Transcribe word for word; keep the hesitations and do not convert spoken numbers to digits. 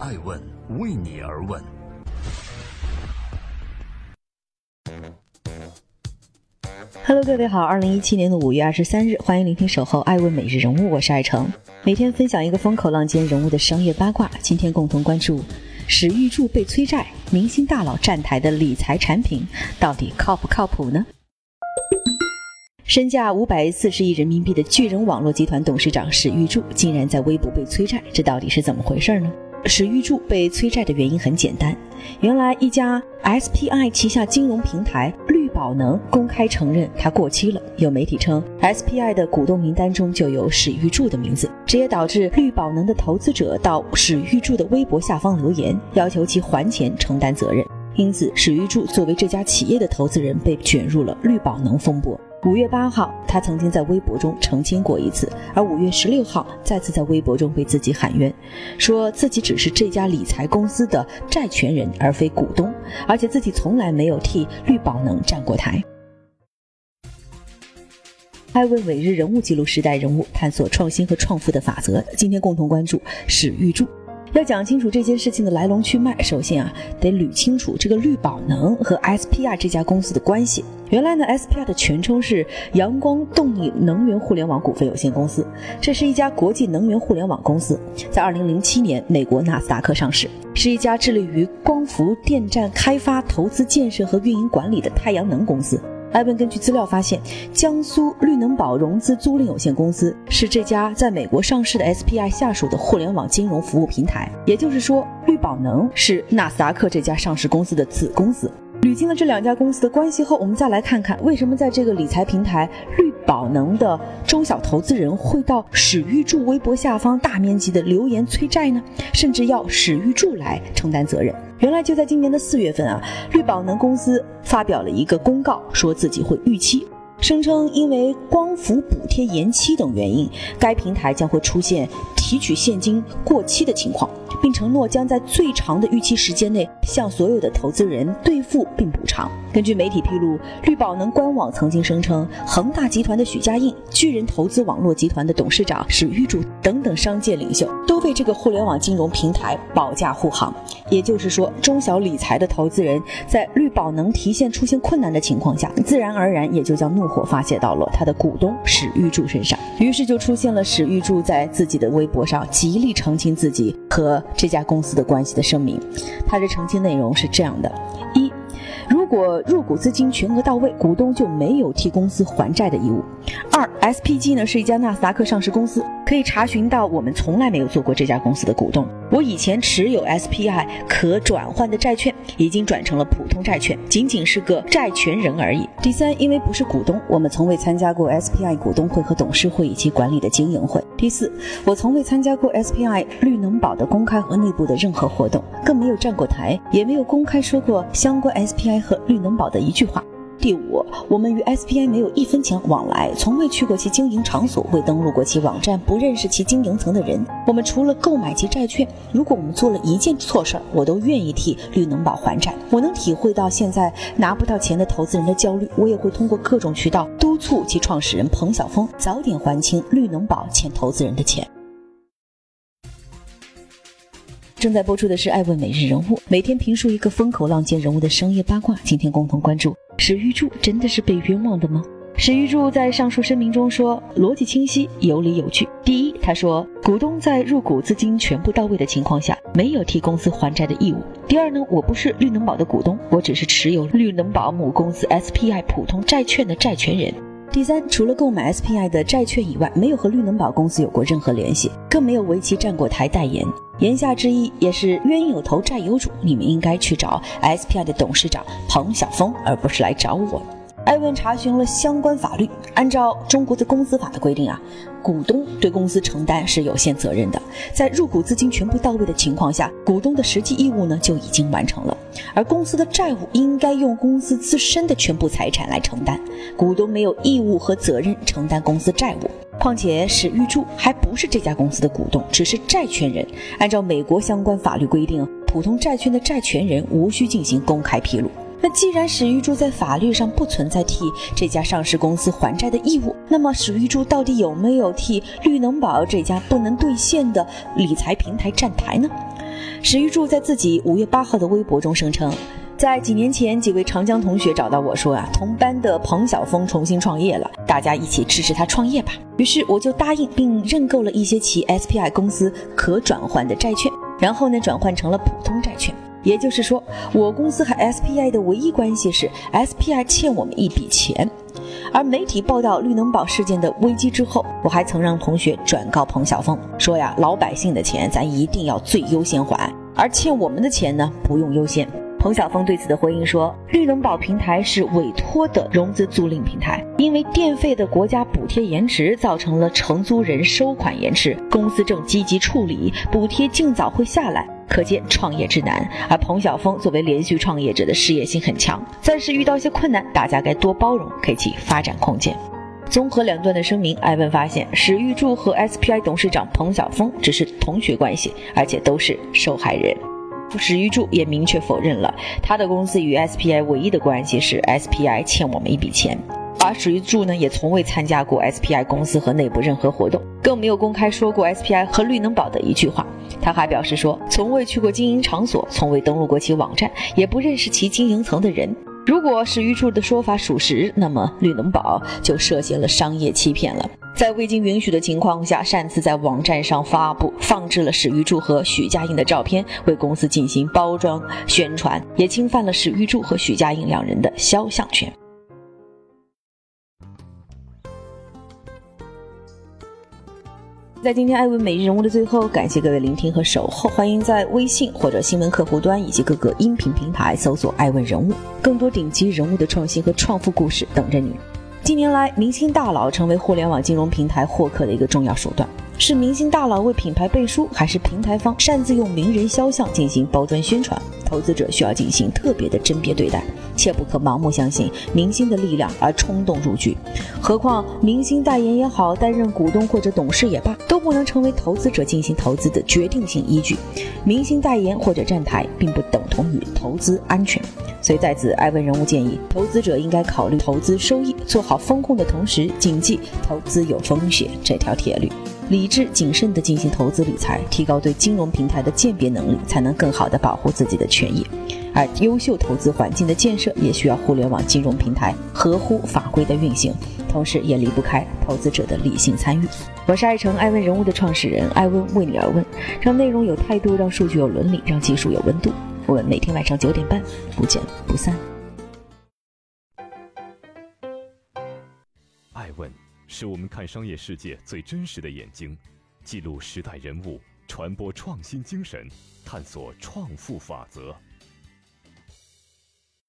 爱问为你而问。 Hello， 各位好，二零一七年的五月二十三日，欢迎聆听守候爱问每日人物，我是爱成，每天分享一个风口浪尖人物的商业八卦。今天共同关注史玉柱被催债，明星大佬站台的理财产品到底靠不靠谱呢？身价五百四十亿人民币的巨人网络集团董事长史玉柱竟然在微博被催债，这到底是怎么回事呢？史玉柱被催债的原因很简单，原来一家 S P I 旗下金融平台绿宝能公开承认它过期了，有媒体称 S P I 的股东名单中就有史玉柱的名字，这也导致绿宝能的投资者到史玉柱的微博下方留言，要求其还钱承担责任。因此史玉柱作为这家企业的投资人被卷入了绿宝能风波。五月八号他曾经在微博中澄清过一次，而五月十六号再次在微博中被自己喊冤，说自己只是这家理财公司的债权人而非股东，而且自己从来没有替绿宝能站过台。爱问每日人物记录时代人物，探索创新和创富的法则。今天共同关注史玉柱。要讲清楚这件事情的来龙去脉，首先啊，得捋清楚这个绿宝能和 S P I 这家公司的关系。原来呢 S P I 的全称是阳光动力能源互联网股份有限公司，这是一家国际能源互联网公司，在二零零七年美国纳斯达克上市，是一家致力于光伏电站开发、投资建设和运营管理的太阳能公司。艾文根据资料发现，江苏绿能宝融资租赁有限公司是这家在美国上市的 S P I 下属的互联网金融服务平台，也就是说绿宝能是纳斯达克这家上市公司的子公司。捋清了这两家公司的关系后，我们再来看看为什么在这个理财平台绿宝能的中小投资人会到史玉柱微博下方大面积的留言催债呢？甚至要史玉柱来承担责任。原来就在今年的四月份啊，绿宝能公司发表了一个公告，说自己会逾期，声称因为光伏补贴延期等原因，该平台将会出现提取现金过期的情况，并承诺将在最长的逾期时间内向所有的投资人兑付并补偿。根据媒体披露，绿宝能官网曾经声称，恒大集团的许家印、巨人投资网络集团的董事长史玉柱等等商界领袖都为这个互联网金融平台保驾护航。也就是说，中小理财的投资人在绿宝能提现出现困难的情况下，自然而然也就将怒火发泄到了他的股东史玉柱身上。于是就出现了史玉柱在自己的微博上极力澄清自己和这家公司的关系的声明。他的澄清内容是这样的：一，如果入股资金全额到位，股东就没有替公司还债的义务。二 ，S P G 呢是一家纳斯达克上市公司，可以查询到我们从来没有做过这家公司的股东。我以前持有 S P I 可转换的债券，已经转成了普通债券，仅仅是个债权人而已。第三，因为不是股东，我们从未参加过 S P I 股东会和董事会以及管理的经营会。第四，我从未参加过 S P I 绿能宝的公开和内部的任何活动，更没有站过台，也没有公开说过相关 S P I 和绿能宝的一句话。第五，我们与 S P I 没有一分钱往来，从未去过其经营场所，未登录过其网站，不认识其经营层的人。我们除了购买其债券，如果我们做了一件错事儿，我都愿意替绿能宝还债。我能体会到现在拿不到钱的投资人的焦虑，我也会通过各种渠道督促其创始人彭晓峰早点还清绿能宝欠投资人的钱。正在播出的是爱问每日人物，每天评述一个风口浪尖人物的商业八卦。今天共同关注史玉柱真的是被冤枉的吗？史玉柱在上述声明中说，逻辑清晰，有理有据。第一，他说股东在入股资金全部到位的情况下，没有替公司还债的义务。第二呢，我不是绿能宝的股东，我只是持有绿能宝母公司 S P I 普通债券的债权人。第三，除了购买 S P I 的债券以外，没有和绿能宝公司有过任何联系，更没有为其站过台代言。言下之意也是冤有头债有主，你们应该去找 S P I 的董事长彭晓峰，而不是来找我。艾问查询了相关法律，按照中国的公司法的规定啊，股东对公司承担是有限责任的，在入股资金全部到位的情况下，股东的实际义务呢就已经完成了，而公司的债务应该用公司自身的全部财产来承担，股东没有义务和责任承担公司债务。况且史玉柱还不是这家公司的股东，只是债权人，按照美国相关法律规定，普通债券的债权人无需进行公开披露。那既然史玉柱在法律上不存在替这家上市公司还债的义务，那么史玉柱到底有没有替绿能宝这家不能兑现的理财平台站台呢？ 史玉柱在自己五月八号的微博中声称，在几年前，几位长江同学找到我说啊，同班的彭晓峰重新创业了，大家一起支持他创业吧。于是我就答应并认购了一些其 S P I 公司可转换的债券，然后呢转换成了普通债券。也就是说，我公司和 S P I 的唯一关系是 S P I 欠我们一笔钱。而媒体报道绿能宝事件的危机之后，我还曾让同学转告彭晓峰说呀，老百姓的钱咱一定要最优先还，而欠我们的钱呢不用优先。彭晓峰对此的回应说，绿能宝平台是委托的融资租赁平台，因为电费的国家补贴延迟造成了承租人收款延迟，公司正积极处理，补贴尽早会下来，可见创业之难。而彭晓峰作为连续创业者的事业心很强，暂时遇到一些困难，大家该多包容，给其发展空间。综合两段的声明，艾文发现史玉柱和 S P I 董事长彭晓峰只是同学关系，而且都是受害人。史玉柱也明确否认了他的公司与 S P I 唯一的关系是 S P I 欠我们一笔钱，而史玉柱呢也从未参加过 S P I 公司和内部任何活动，更没有公开说过 S P I 和绿能宝的一句话。他还表示说，从未去过经营场所，从未登录过其网站，也不认识其经营层的人。如果史玉柱的说法属实，那么绿能宝就涉嫌了商业欺骗了，在未经允许的情况下擅自在网站上发布放置了史玉柱和许家印的照片，为公司进行包装宣传，也侵犯了史玉柱和许家印两人的肖像权。在今天艾文每日人物的最后，感谢各位聆听和守候，欢迎在微信或者新闻客户端以及各个音频平台搜索艾文人物，更多顶级人物的创新和创富故事等着你。近年来，明星大佬成为互联网金融平台获客的一个重要手段。是明星大佬为品牌背书，还是平台方擅自用名人肖像进行包装宣传？投资者需要进行特别的甄别对待，切不可盲目相信明星的力量而冲动入局。何况明星代言也好，担任股东或者董事也罢，都不能成为投资者进行投资的决定性依据。明星代言或者站台并不等同于投资安全。所以在此，艾文人物建议投资者应该考虑投资收益，做好风控的同时，谨记投资有风险这条铁律，理智谨慎地进行投资理财，提高对金融平台的鉴别能力，才能更好地保护自己的权益。而优秀投资环境的建设也需要互联网金融平台合乎法规的运行，同时也离不开投资者的理性参与。我是爱成艾文人物的创始人，艾文为你而问，让内容有态度，让数据有伦理，让技术有温度。我们每天晚上九点半不见不散。 爱问是我们看商业世界最真实的眼睛，记录时代人物，传播创新精神，探索创富法则。